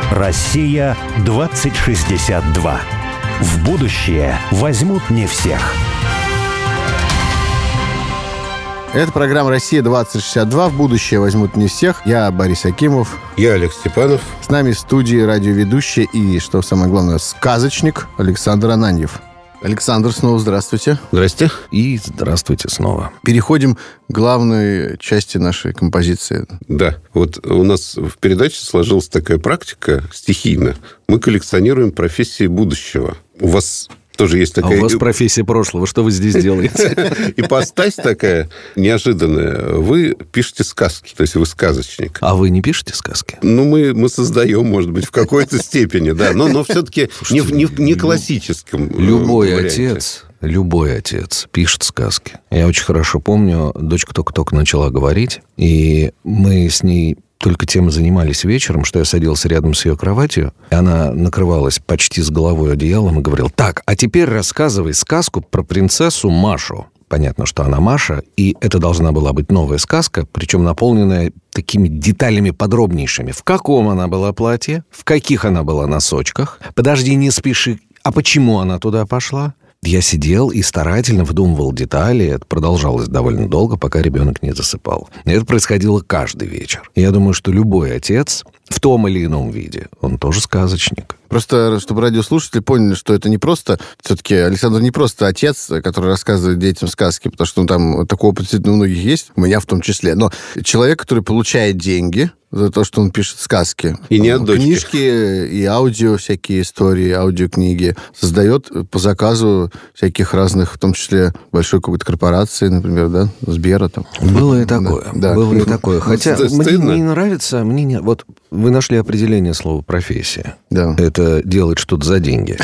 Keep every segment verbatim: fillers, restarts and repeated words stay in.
Россия двадцать шестьдесят два. В будущее возьмут не всех. Это программа «Россия двадцать шестьдесят два». В будущее возьмут не всех. Я Борис Акимов. Я Олег Степанов. С нами в студии радиоведущий и, что самое главное, сказочник Александр Ананьев. Александр, снова здравствуйте. Здрасте. И здравствуйте снова. Переходим к главной части нашей композиции. Да, вот у нас в передаче сложилась такая практика стихийно. Мы коллекционируем профессии будущего. У вас тоже есть такая... А у вас профессия прошлого. Что вы здесь делаете? Ипостась такая неожиданная. Вы пишете сказки, то есть вы сказочник. А вы не пишете сказки? Ну, мы, мы создаем, может быть, в какой-то степени, да. Но, но все-таки не, не, не классическом Любой варианте. отец... Любой отец пишет сказки. Я очень хорошо помню, дочка только-только начала говорить, и мы с ней только тем и занимались вечером, что я садился рядом с ее кроватью, и она накрывалась почти с головой одеялом и говорила: так, а теперь рассказывай сказку про принцессу Машу. Понятно, что она Маша, и это должна была быть новая сказка, причем наполненная такими деталями подробнейшими. В каком она была платье, в каких она была носочках. Подожди, не спеши. А почему она туда пошла? Я сидел и старательно вдумывал детали. Это продолжалось довольно долго, пока ребенок не засыпал. И это происходило каждый вечер. Я думаю, что любой отец в том или ином виде, он тоже сказочник. Просто, чтобы радиослушатели поняли, что это не просто... Все-таки Александр не просто отец, который рассказывает детям сказки, потому что ну, там такой опыт у многих есть, у меня в том числе. Но человек, который получает деньги за то, что он пишет сказки. И не от дочки. Книжки и аудио, всякие истории, аудиокниги. Создает по заказу всяких разных, в том числе большой какой-то корпорации, например, да, Сбера там. Было и такое. Да. Было и такое. Хотя Стыдно. мне не нравится... Мне не... Вот вы нашли определение слова «профессия». Да. Это делать что-то за деньги.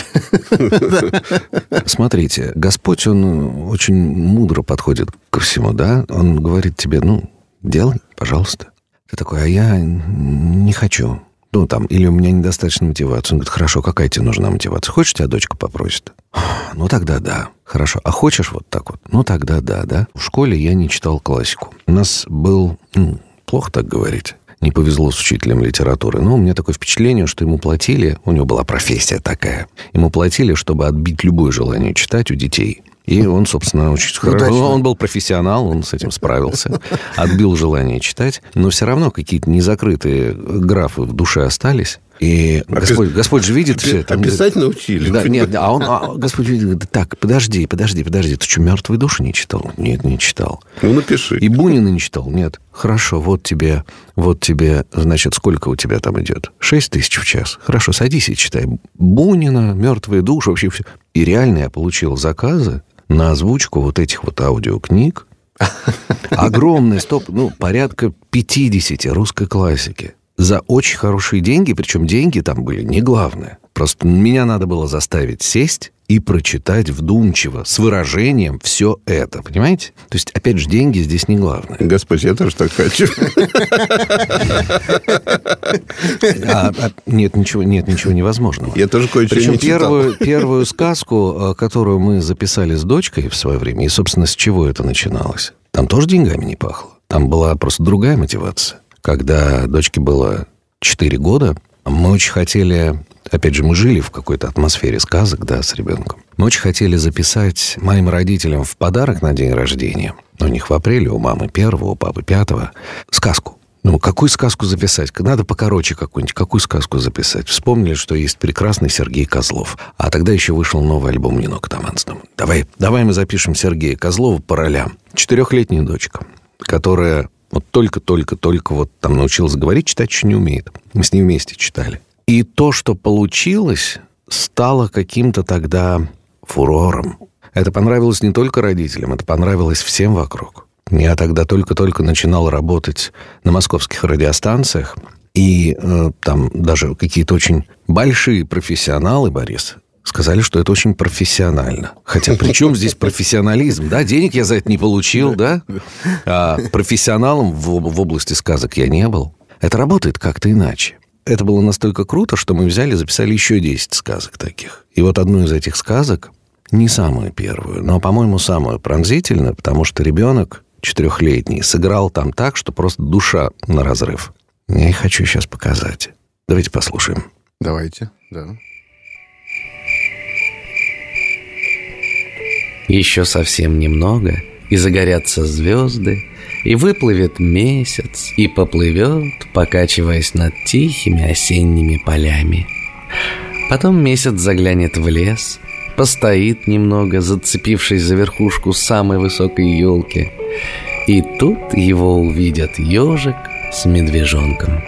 Смотрите, Господь, Он очень мудро подходит ко всему, да? Он говорит тебе: ну, делай, пожалуйста. Ты такой: а я не хочу. Ну, там, или у меня недостаточно мотивации. Он говорит: хорошо, какая тебе нужна мотивация? Хочешь, тебя дочка попросит? Ну, тогда да. Хорошо. А хочешь вот так вот? Ну, тогда да, да. В школе я не читал классику. У нас был... Ну, плохо так говорить. Не повезло с учителем литературы. Но у меня такое впечатление, что ему платили... У него была профессия такая. Ему платили, чтобы отбить любое желание читать у детей. И он, собственно, очень хорошо... Он был профессионал, он с этим справился. Отбил желание читать. Но все равно какие-то незакрытые графы в душе остались. И Опис... Господь, Господь же видит все это. А писать научили? Да, нет, а он, а Господь видит, говорит: так, подожди, подожди, подожди, ты что, «Мертвые души» не читал? Нет, не читал. Ну, напиши. И Бунина не читал? Нет. Хорошо, вот тебе, вот тебе, значит, сколько у тебя там идет? Шесть тысяч в час. Хорошо, садись и читай. Бунина, «Мертвые души», вообще все. И реально я получил заказы на озвучку вот этих вот аудиокниг. Огромный стоп, ну, порядка пятьдесят русской классики. За очень хорошие деньги, причем деньги там были не главное. Просто меня надо было заставить сесть и прочитать вдумчиво, с выражением все это, понимаете? То есть, опять же, деньги здесь не главное. Господи, я тоже так хочу. А, а, нет, ничего, нет ничего невозможного. Я тоже кое-что Причем не читал. первую, первую сказку, которую мы записали с дочкой в свое время, и, собственно, с чего это начиналось? Там тоже деньгами не пахло. Там была просто другая мотивация. Когда дочке было четыре года, мы очень хотели... Опять же, мы жили в какой-то атмосфере сказок, да, с ребенком. Мы очень хотели записать моим родителям в подарок на день рождения, у них в апреле, у мамы первого, у папы пятого, сказку. Ну, какую сказку записать? Надо покороче какую-нибудь. Какую сказку записать? Вспомнили, что есть прекрасный Сергей Козлов. А тогда еще вышел новый альбом Нино Катаманцева. Давай, давай мы запишем Сергея Козлова по ролям. Четырехлетняя дочка, которая вот только-только-только вот там научилась говорить, читать еще не умеет. Мы с ней вместе читали. И то, что получилось, стало каким-то тогда фурором. Это понравилось не только родителям, это понравилось всем вокруг. Я тогда только-только начинал работать на московских радиостанциях, и э, там даже какие-то очень большие профессионалы, Борис, сказали, что это очень профессионально. Хотя при чем здесь профессионализм? Да, денег я за это не получил, да? А профессионалом в, в области сказок я не был. Это работает как-то иначе. Это было настолько круто, что мы взяли и записали еще десять сказок таких. И вот одну из этих сказок, не самую первую, но, по-моему, самую пронзительную, потому что ребенок четырехлетний сыграл там так, что просто душа на разрыв. Я и хочу сейчас показать. Давайте послушаем. Давайте, да. Еще совсем немного, и загорятся звезды, и выплывет месяц, и поплывет, покачиваясь над тихими осенними полями. Потом месяц заглянет в лес, постоит немного, зацепившись за верхушку самой высокой елки, и тут его увидят ежик с медвежонком.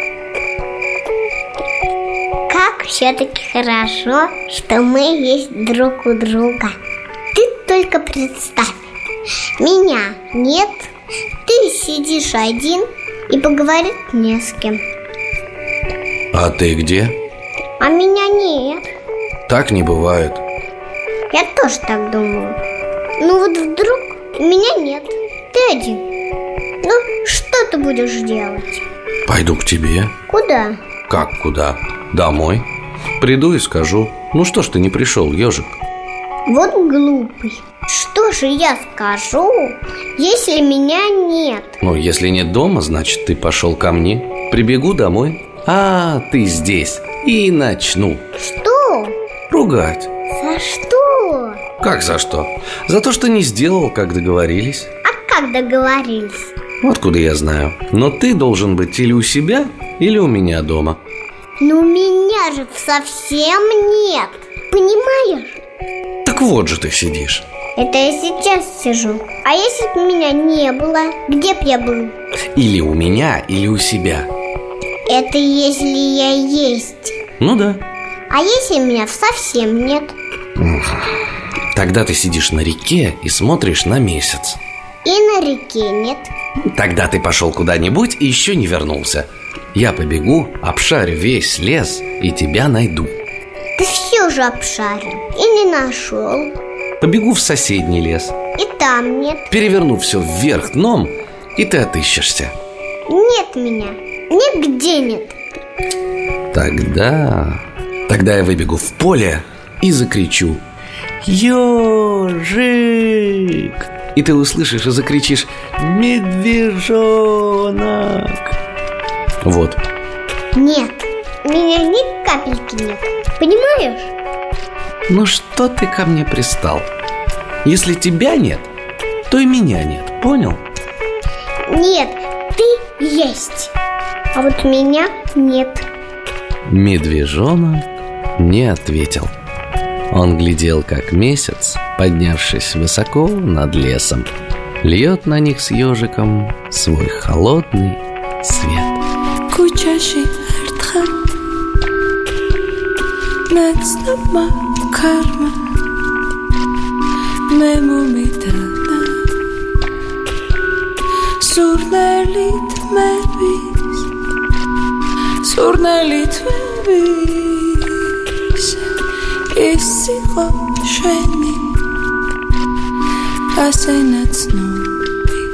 Как все-таки хорошо, что мы есть друг у друга. Ты только представь, меня нет, ты сидишь один и поговорить не с кем. А ты где? А меня нет. Так не бывает. Я тоже так думаю. Ну вот вдруг меня нет, ты один. Ну, что ты будешь делать? Пойду к тебе. Куда? Как куда? Домой. Приду и скажу. Ну что ж ты не пришел, ежик? Вот глупый. Что же я скажу, если меня нет? Ну, если нет дома, значит, ты пошел ко мне. Прибегу домой. А, ты здесь. И начну. Что? Ругать. За что? Как за что? За то, что не сделал, как договорились. А как договорились? Откуда я знаю? Но ты должен быть или у себя, или у меня дома. Но меня же совсем нет. Понимаешь? Так вот же ты сидишь. Это я сейчас сижу. А если бы меня не было, где б я был? Или у меня, или у себя. Это если я есть. Ну да. А если меня совсем нет? Тогда ты сидишь на реке и смотришь на месяц. И на реке нет. Тогда ты пошел куда-нибудь и еще не вернулся. Я побегу, обшарю весь лес и тебя найду. Ты все же обшарил и не нашел. Побегу в соседний лес. И там нет. Переверну все вверх дном, и ты отыщешься. Нет меня. Нигде нет. Тогда... Тогда я выбегу в поле и закричу: «Ежик!» И ты услышишь и закричишь: «Медвежонок!» Вот. Нет, меня ни капельки нет. Понимаешь? Ну что ты ко мне пристал? Если тебя нет, то и меня нет. Понял? Нет, ты есть. А вот меня нет. Медвежонок не ответил. Он глядел, как месяц, поднявшись высоко над лесом, льет на них с ежиком свой холодный свет. Кучащий эртхэм Нэцнэма карма Мэмумитана Сурнэлит мэбис Сурнэлит мэбис Исиго шэни Асэнэцнуби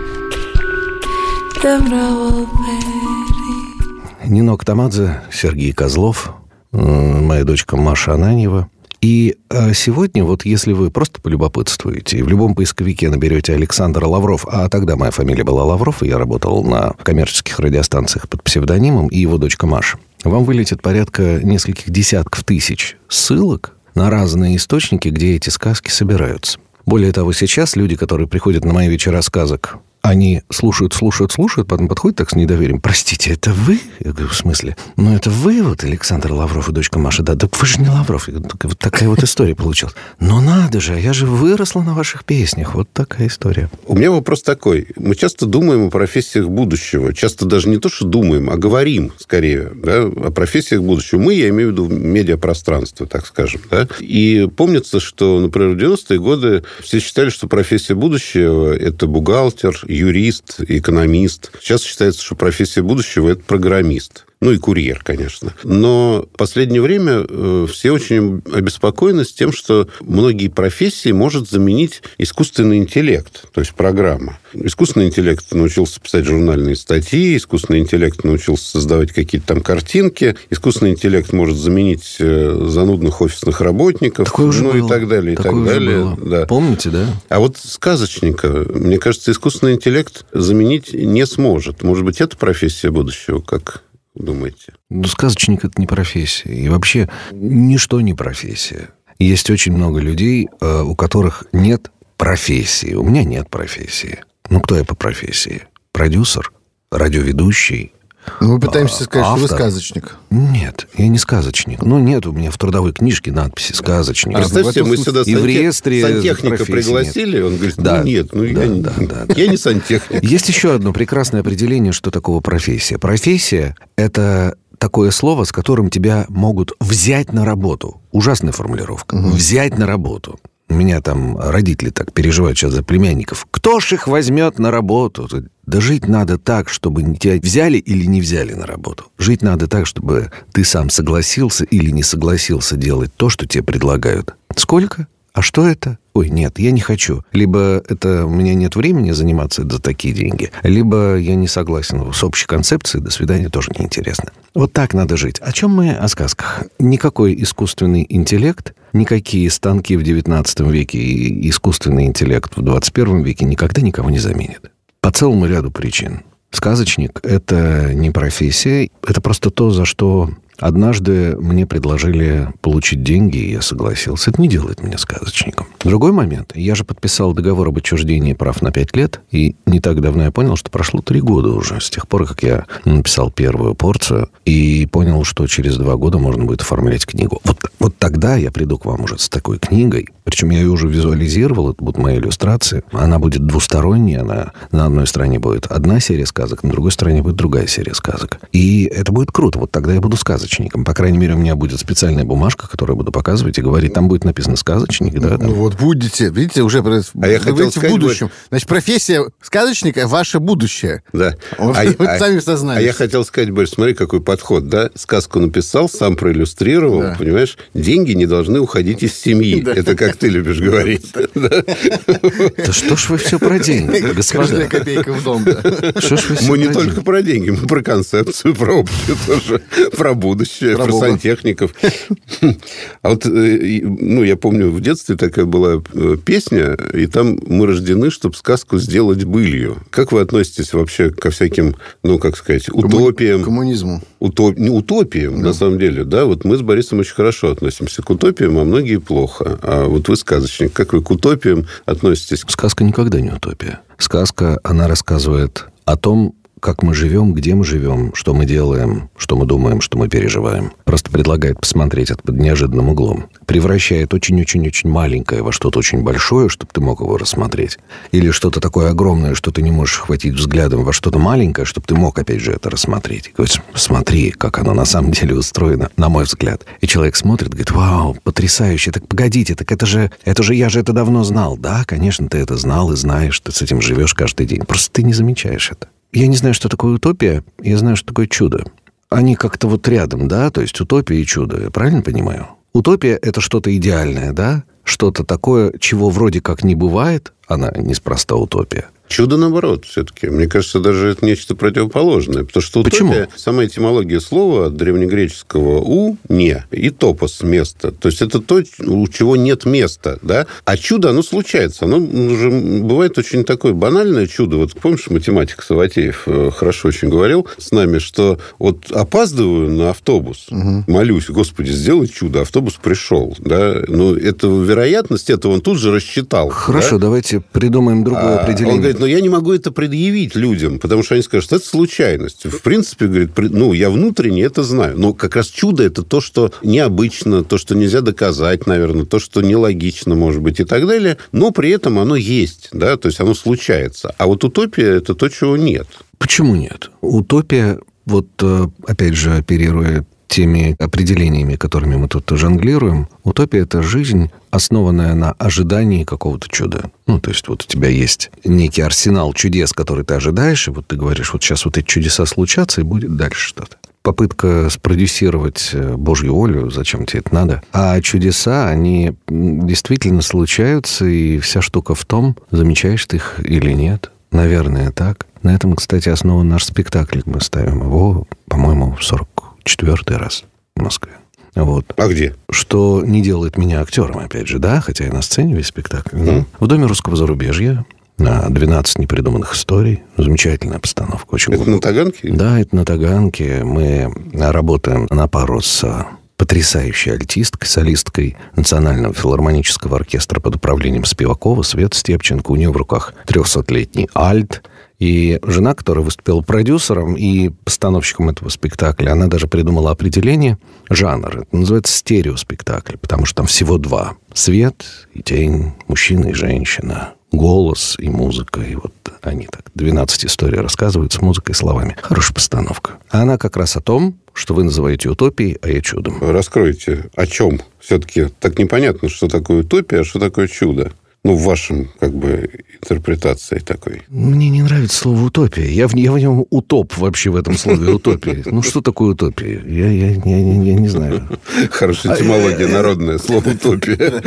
Дэмравэлбэри. Нинок Тамадзе, Сергей Козлов, моя дочка Маша Ананьева. И сегодня, вот если вы просто полюбопытствуете, и в любом поисковике наберете Александр Лавров, а тогда моя фамилия была Лавров, и я работал на коммерческих радиостанциях под псевдонимом, и его дочка Маша, вам вылетит порядка нескольких десятков тысяч ссылок на разные источники, где эти сказки собираются. Более того, сейчас люди, которые приходят на мои вечера сказок, они слушают, слушают, слушают, потом подходят так с недоверием: «Простите, это вы?» Я говорю: «В смысле?» «Ну, это вы, вот, Александр Лавров и дочка Маша?» «Да, да вы же не Лавров». Я говорю: «Вот такая вот история получилась». «Ну, надо же, я же выросла на ваших песнях». Вот такая история. У меня вопрос такой. Мы часто думаем о профессиях будущего. Часто даже не то, что думаем, а говорим, скорее, да, о профессиях будущего. Мы, я имею в виду медиапространство, так скажем. Да? И помнится, что, например, в девяностые годы все считали, что профессия будущего – это бухгалтер, юрист, экономист. Сейчас считается, что профессия будущего – это программист. Ну, и курьер, конечно. Но в последнее время все очень обеспокоены с тем, что многие профессии может заменить искусственный интеллект, то есть программа. Искусственный интеллект научился писать журнальные статьи, искусственный интеллект научился создавать какие-то там картинки, искусственный интеллект может заменить занудных офисных работников, Такое уже ну было. и так далее, и Такое так уже далее. было. Да. Помните, да? А вот сказочника, мне кажется, искусственный интеллект заменить не сможет. Может быть, это профессия будущего, как думаете? Ну, сказочник – это не профессия. И вообще ничто не профессия. Есть очень много людей, у которых нет профессии. У меня нет профессии. Ну, кто я по профессии? Продюсер? Радиоведущий? Ну, мы пытаемся сказать, автор. что вы сказочник. Нет, я не сказочник. Ну, нет у меня в трудовой книжке надписи «сказочник». А представьте, мы сюда и в реестре сантехника пригласили, нет. Он говорит, да, ну нет, ну да, я, да, не, да, я да. не сантехник. Есть еще одно прекрасное определение, что такое профессия. Профессия – это такое слово, с которым тебя могут взять на работу. Ужасная формулировка. Угу. Взять на работу. У меня там родители так переживают сейчас за племянников. Кто ж их возьмет на работу? Да жить надо так, чтобы тебя взяли или не взяли на работу. Жить надо так, чтобы ты сам согласился или не согласился делать то, что тебе предлагают. Сколько? А что это? Ой, нет, я не хочу. Либо это у меня нет времени заниматься за такие деньги, либо я не согласен с общей концепцией, до свидания, тоже неинтересно. Вот так надо жить. О чем мы? О сказках. Никакой искусственный интеллект, никакие станки в девятнадцатом веке и искусственный интеллект в двадцать первом веке никогда никого не заменит. По целому ряду причин. Сказочник – это не профессия, это просто то, за что однажды мне предложили получить деньги, и я согласился. Это не делает меня сказочником. Другой момент. Я же подписал договор об отчуждении прав на пять лет, и не так давно я понял, что прошло три года уже с тех пор, как я написал первую порцию, и понял, что через два года можно будет оформлять книгу. Вот, вот тогда я приду к вам уже с такой книгой, причем я ее уже визуализировал, это будут мои иллюстрации. Она будет двусторонняя, она на одной стороне будет одна серия сказок, на другой стороне будет другая серия сказок. И это будет круто. Вот тогда я буду сказочником. По крайней мере, у меня будет специальная бумажка, которую я буду показывать и говорить. Там будет написано «сказочник». Да, ну вот будете, видите, уже а я хотел сказать, в будущем. Больше. Значит, профессия сказочника – ваше будущее. Да. Вот, а, вот а, сами сознались. А я хотел сказать, Борис, смотри, какой подход. Да? Сказку написал, сам проиллюстрировал, да. Понимаешь? Деньги не должны уходить из семьи. Да. Это как ты любишь говорить. Да что ж вы все про деньги, господа? Каждая копейка в дом. Мы не только про деньги, мы про концепцию, про общее тоже, про будущее. Про, про сантехников. А вот, ну, я помню, в детстве такая была песня, и там мы рождены, чтобы сказку сделать былью. Как вы относитесь вообще ко всяким, ну, как сказать, утопиям? Коммунизму. Утоп... Не утопиям, да. На самом деле, да. Вот мы с Борисом очень хорошо относимся к утопиям, а многие плохо. А вот вы сказочник. Как вы к утопиям относитесь? Сказка никогда не утопия. Сказка, она рассказывает о том, как мы живем, где мы живем, что мы делаем, что мы думаем, что мы переживаем. Просто предлагает посмотреть это под неожиданным углом. Превращает очень-очень-очень маленькое во что-то очень большое, чтобы ты мог его рассмотреть. Или что-то такое огромное, что ты не можешь охватить взглядом, во что-то маленькое, чтобы ты мог, опять же, это рассмотреть. Говорит, смотри, как оно на самом деле устроено, на мой взгляд. И человек смотрит, говорит, вау, потрясающе. Так погодите, так это же, это же я же это давно знал. Да, конечно, ты это знал и знаешь, ты с этим живешь каждый день. Просто ты не замечаешь это. Я не знаю, что такое утопия, я знаю, что такое чудо. Они как-то вот рядом, да, то есть утопия и чудо, я правильно понимаю? Утопия – это что-то идеальное, да, что-то такое, чего вроде как не бывает, она неспроста утопия. Чудо, наоборот, все-таки. Мне кажется, даже это нечто противоположное. Потому что утопия, Почему? Сама этимология слова от древнегреческого «у» – «не», и «топос» – «место». То есть это то, у чего нет места, да? А чудо, оно случается. Оно уже бывает очень такое банальное чудо. Вот помнишь, математик Саватеев хорошо очень говорил с нами, что вот опаздываю на автобус, угу. молюсь, Господи, сделай чудо, автобус пришел, да? Ну, это вероятность этого он тут же рассчитал. Хорошо, да? Давайте придумаем другое а, определение. Он говорит, но я не могу это предъявить людям, потому что они скажут, что это случайность. В принципе, говорит, ну, я внутренне это знаю. Но как раз чудо – это то, что необычно, то, что нельзя доказать, наверное, то, что нелогично, может быть, и так далее. Но при этом оно есть, да, то есть оно случается. А вот утопия – это то, чего нет. Почему нет? Утопия, вот опять же, оперируя теми определениями, которыми мы тут жонглируем, утопия – это жизнь, основанная на ожидании какого-то чуда. Ну, то есть вот у тебя есть некий арсенал чудес, который ты ожидаешь, и вот ты говоришь, вот сейчас вот эти чудеса случатся, и будет дальше что-то. Попытка спродюсировать Божью волю, зачем тебе это надо. А чудеса, они действительно случаются, и вся штука в том, замечаешь ты их или нет. Наверное, так. На этом, кстати, основан наш спектакль. Мы ставим его, по-моему, в сорок четвёртый раз в Москве. Вот. А где? Что не делает меня актером, опять же, да, хотя я на сцене весь спектакль. Mm. В Доме русского зарубежья двенадцать непридуманных историй. Замечательная постановка. Очень это на Таганке? Да, это на Таганке. Мы работаем на пару с потрясающей альтисткой, солисткой Национального филармонического оркестра под управлением Спивакова, Света Степченко. У нее в руках трехсотлетний альт. И жена, которая выступила продюсером и постановщиком этого спектакля, она даже придумала определение жанра. Это называется стереоспектакль, потому что там всего два. Свет и тень, мужчина и женщина, голос и музыка. И вот они так двенадцать историй рассказывают с музыкой и словами. Хорошая постановка. А она как раз о том, что вы называете утопией, а я чудом. Раскройте, о чем? Все-таки так непонятно, что такое утопия, а что такое чудо. Ну, в вашем, как бы, интерпретации такой. Мне не нравится слово «утопия». Я в, я в нем утоп вообще в этом слове «утопия». Ну, что такое утопия? Я, я, я, я, я не знаю. Хорошая этимология, народное слово «утопия».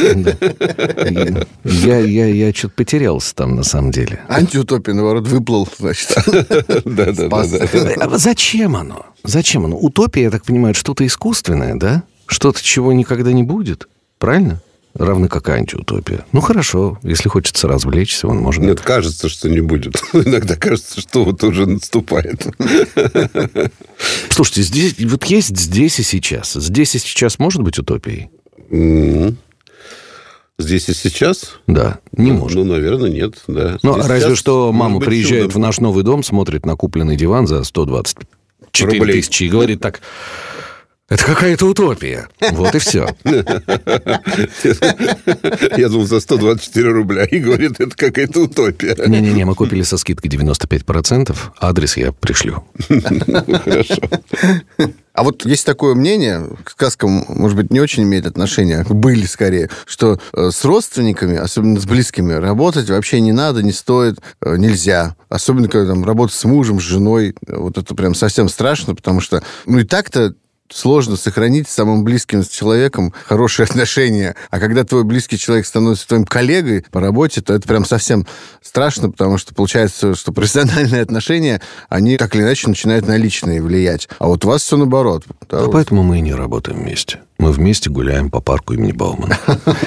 Я, я, я что-то потерялся там, на самом деле. Антиутопия, наоборот, выплыл, значит. Да-да-да. Зачем оно? Зачем оно? Утопия, я так понимаю, что-то искусственное, да? Что-то, чего никогда не будет. Правильно? Равно как антиутопия. Ну, хорошо, если хочется развлечься, он может... Нет, кажется, что не будет. Иногда кажется, что вот уже наступает. Слушайте, здесь, вот есть здесь и сейчас. Здесь и сейчас может быть утопией? Mm-hmm. Здесь и сейчас? Да, не ну, может. Ну, наверное, нет. Да. Ну, здесь разве что мама приезжает чудом. в наш новый дом, смотрит на купленный диван за сто двадцать четыре тысячи и говорит так... Это какая-то утопия. Вот и все. Я думал, за сто двадцать четыре рубля. И говорит, это какая-то утопия. Не-не-не, мы купили со скидкой девяносто пять процентов. Адрес я пришлю. Хорошо. А вот есть такое мнение, к сказкам, может быть, не очень имеет отношения, были скорее, что с родственниками, особенно с близкими, работать вообще не надо, не стоит, нельзя. Особенно, когда там работать с мужем, с женой. Вот это прям совсем страшно, потому что, ну и так-то сложно сохранить с самым близким человеком хорошие отношения. А когда твой близкий человек становится твоим коллегой по работе, то это прям совсем страшно, потому что получается, что профессиональные отношения, они так или иначе начинают на личные влиять. А вот у вас все наоборот. Да, а вот. Поэтому мы и не работаем вместе. Мы вместе гуляем по парку имени Баумана.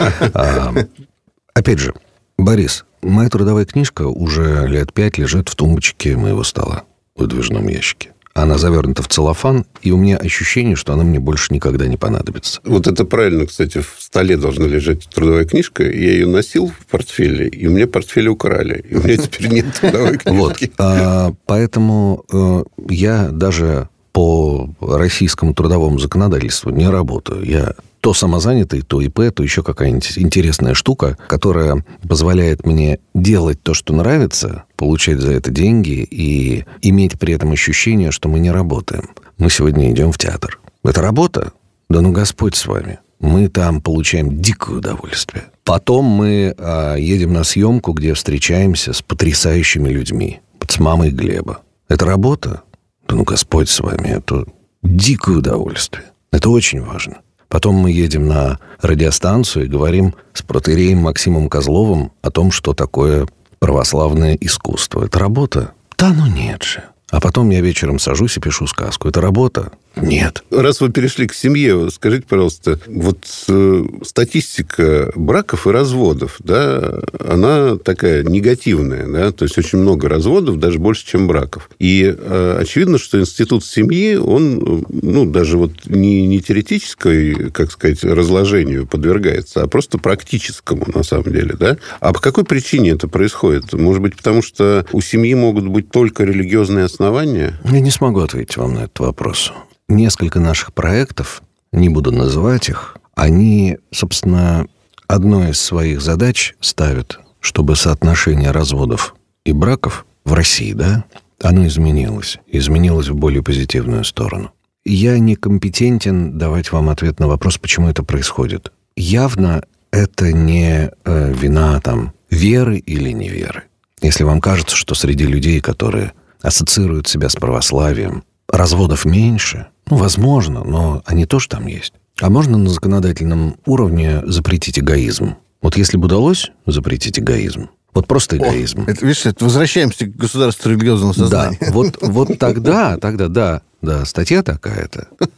Опять же, Борис, моя трудовая книжка уже лет пять лежит в тумбочке моего стола в выдвижном ящике. Она завернута в целлофан, и у меня ощущение, что она мне больше никогда не понадобится. Вот это правильно, кстати, в столе должна лежать трудовая книжка. Я ее носил в портфеле, и у меня портфель украли. И у меня теперь нет трудовой книжки. Вот. А, поэтому а, я даже по российскому трудовому законодательству не работаю. Я то самозанятый, то ИП, то еще какая-нибудь интересная штука, которая позволяет мне делать то, что нравится, получать за это деньги и иметь при этом ощущение, что мы не работаем. Мы сегодня идем в театр. Это работа? Да ну Господь с вами. Мы там получаем дикое удовольствие. Потом мы а, едем на съемку, где встречаемся с потрясающими людьми. С мамой Глеба. Это работа? Да ну Господь с вами. Это дикое удовольствие. Это очень важно. Потом мы едем на радиостанцию и говорим с протоиереем Максимом Козловым о том, что такое православное искусство. Это работа? Да ну нет же. А потом я вечером сажусь и пишу сказку. Это работа? Нет. Раз вы перешли к семье, скажите, пожалуйста, вот э, статистика браков и разводов, да, она такая негативная, да, то есть очень много разводов, даже больше, чем браков. И э, очевидно, что институт семьи, он, ну, даже вот не, не теоретической, как сказать, разложению подвергается, а просто практическому, на самом деле, да. А по какой причине это происходит? Может быть, потому что у семьи могут быть только религиозные основания? Я не смогу ответить вам на этот вопрос. Несколько наших проектов, не буду называть их, они, собственно, одной из своих задач ставят, чтобы соотношение разводов и браков в России, да, оно изменилось. Изменилось в более позитивную сторону. Я некомпетентен давать вам ответ на вопрос, почему это происходит. Явно это не э, вина там веры или неверы. Если вам кажется, что среди людей, которые ассоциируют себя с православием, разводов меньше, ну, возможно, но они тоже там есть. А можно на законодательном уровне запретить эгоизм? Вот если бы удалось запретить эгоизм, вот просто эгоизм. О, это, видишь, это возвращаемся к государству религиозного сознания. Да, вот, вот тогда, тогда, да, да, статья такая-то.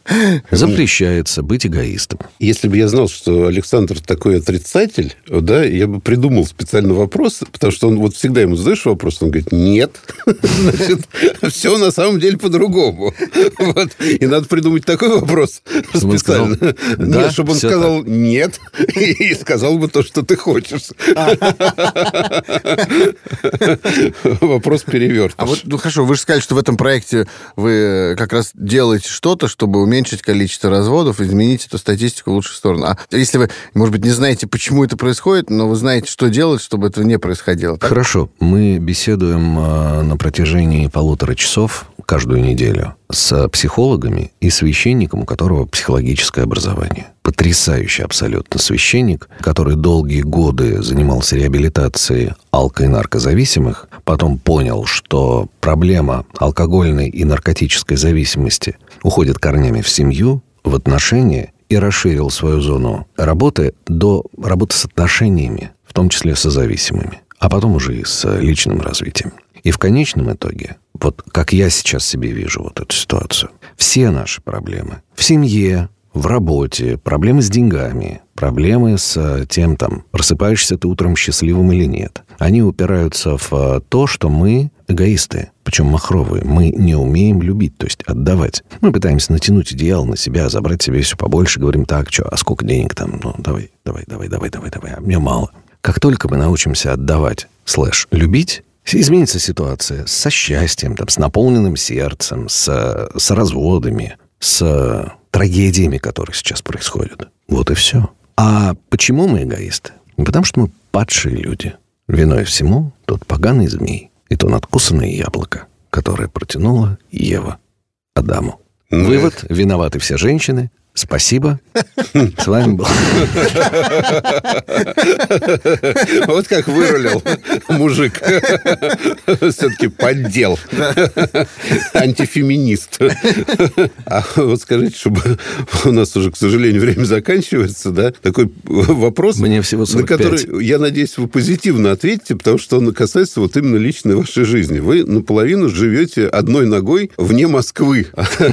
Запрещается быть эгоистом. Если бы я знал, что Александр такой отрицатель, да, я бы придумал специально вопрос, потому что он вот всегда ему задаешь вопрос, он говорит, нет, значит, все на самом деле по-другому. Вот. И надо придумать такой вопрос специально. Нет, чтобы он сказал нет, и сказал бы то, что ты хочешь. Вопрос перевертыш. А вот, ну хорошо, вы же сказали, что в этом проекте вы как раз делаете что-то, чтобы уменьшить количество разводов, изменить эту статистику в лучшую сторону. А если вы, может быть, не знаете, почему это происходит, но вы знаете, что делать, чтобы этого не происходило. Так? Хорошо. Мы беседуем э, на протяжении полутора часов каждую неделю с психологами и священником, у которого психологическое образование. Потрясающий абсолютно священник, который долгие годы занимался реабилитацией алко- и наркозависимых, потом понял, что проблема алкогольной и наркотической зависимости уходит корнями в семью, в отношения, и расширил свою зону работы до работы с отношениями, в том числе со зависимыми, а потом уже и с личным развитием. И в конечном итоге, вот как я сейчас себе вижу вот эту ситуацию, все наши проблемы в семье, в работе, проблемы с деньгами, проблемы с тем, там, просыпаешься ты утром счастливым или нет, они упираются в то, что мы эгоисты, причем махровые. Мы не умеем любить, то есть отдавать. Мы пытаемся натянуть одеяло на себя, забрать себе все побольше, говорим, так, что, а сколько денег там? Ну, давай, давай, давай, давай, давай, давай, а мне мало. Как только мы научимся отдавать, слэш, любить, изменится ситуация со счастьем, там, с наполненным сердцем, с, с разводами, с трагедиями, которые сейчас происходят. Вот и все. А почему мы эгоисты? Потому что мы падшие люди. Виной всему тот поганый змей и то надкусанное яблоко, которое протянула Ева Адаму. Вывод. Виноваты все женщины. Спасибо. С вами был... Вот как вырулил мужик. Все-таки поддел. Антифеминист. А вот скажите, чтобы у нас уже, к сожалению, время заканчивается, да, такой вопрос, мне всего сорок пять. На который, я надеюсь, вы позитивно ответите, потому что он касается вот именно личной вашей жизни. Вы наполовину живете одной ногой вне Москвы.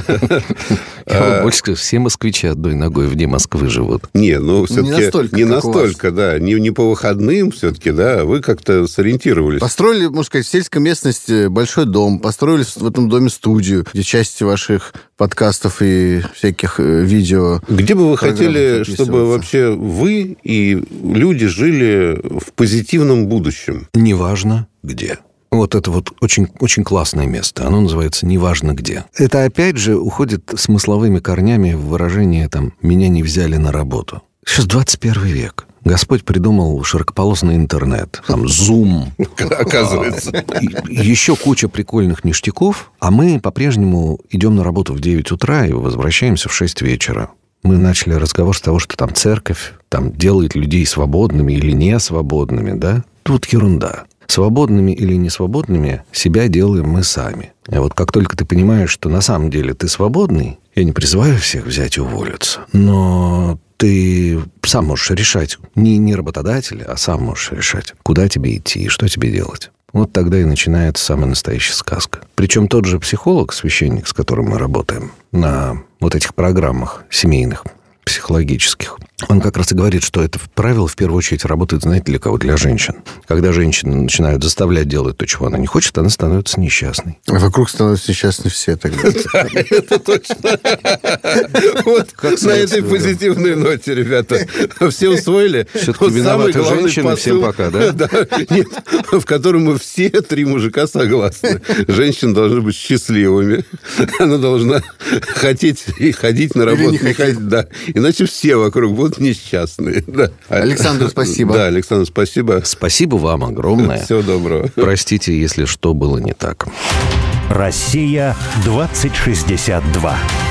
Я больше скажу, все москвичи одной ногой вне Москвы живут. Не, ну, все-таки не настолько, не настолько да. Не, не по выходным все-таки, да. Вы как-то сориентировались. Построили, можно сказать, в сельской местности большой дом, построили в этом доме студию, где части ваших подкастов и всяких видео... Где бы вы хотели, чтобы вообще вы и люди жили в позитивном будущем? Неважно где. Вот это вот очень, очень классное место. Оно называется «Неважно где». Это, опять же, уходит смысловыми корнями в выражение там «меня не взяли на работу». Сейчас двадцать первый век. Господь придумал широкополосный интернет, там, Zoom. Оказывается. Еще куча прикольных ништяков, а мы по-прежнему идем на работу в девять утра и возвращаемся в шесть вечера. Мы начали разговор с того, что там церковь там делает людей свободными или не свободными, да? Тут ерунда. Свободными или несвободными себя делаем мы сами. А вот как только ты понимаешь, что на самом деле ты свободный, я не призываю всех взять и уволиться, но ты сам можешь решать, не, не работодатель, а сам можешь решать, куда тебе идти и что тебе делать. Вот тогда и начинается самая настоящая сказка. Причем тот же психолог, священник, с которым мы работаем на вот этих программах семейных, психологических, он как раз и говорит, что это правило в первую очередь работает, знаете, для кого? Для женщин. Когда женщины начинают заставлять делать то, чего она не хочет, она становится несчастной. А вокруг становятся несчастны все тогда. Да, это точно. Вот на этой позитивной ноте, ребята, все усвоили. Все-таки виноваты женщины, всем пока, да? Нет, в котором мы все три мужика согласны. Женщины должны быть счастливыми. Она должна хотеть и ходить на работу. Не ходить, да. Иначе все вокруг будут несчастные. Да. Александр, спасибо. Да, Александр, спасибо. Спасибо вам огромное. Всего доброго. Простите, если что было не так. Россия двадцать шестьдесят два.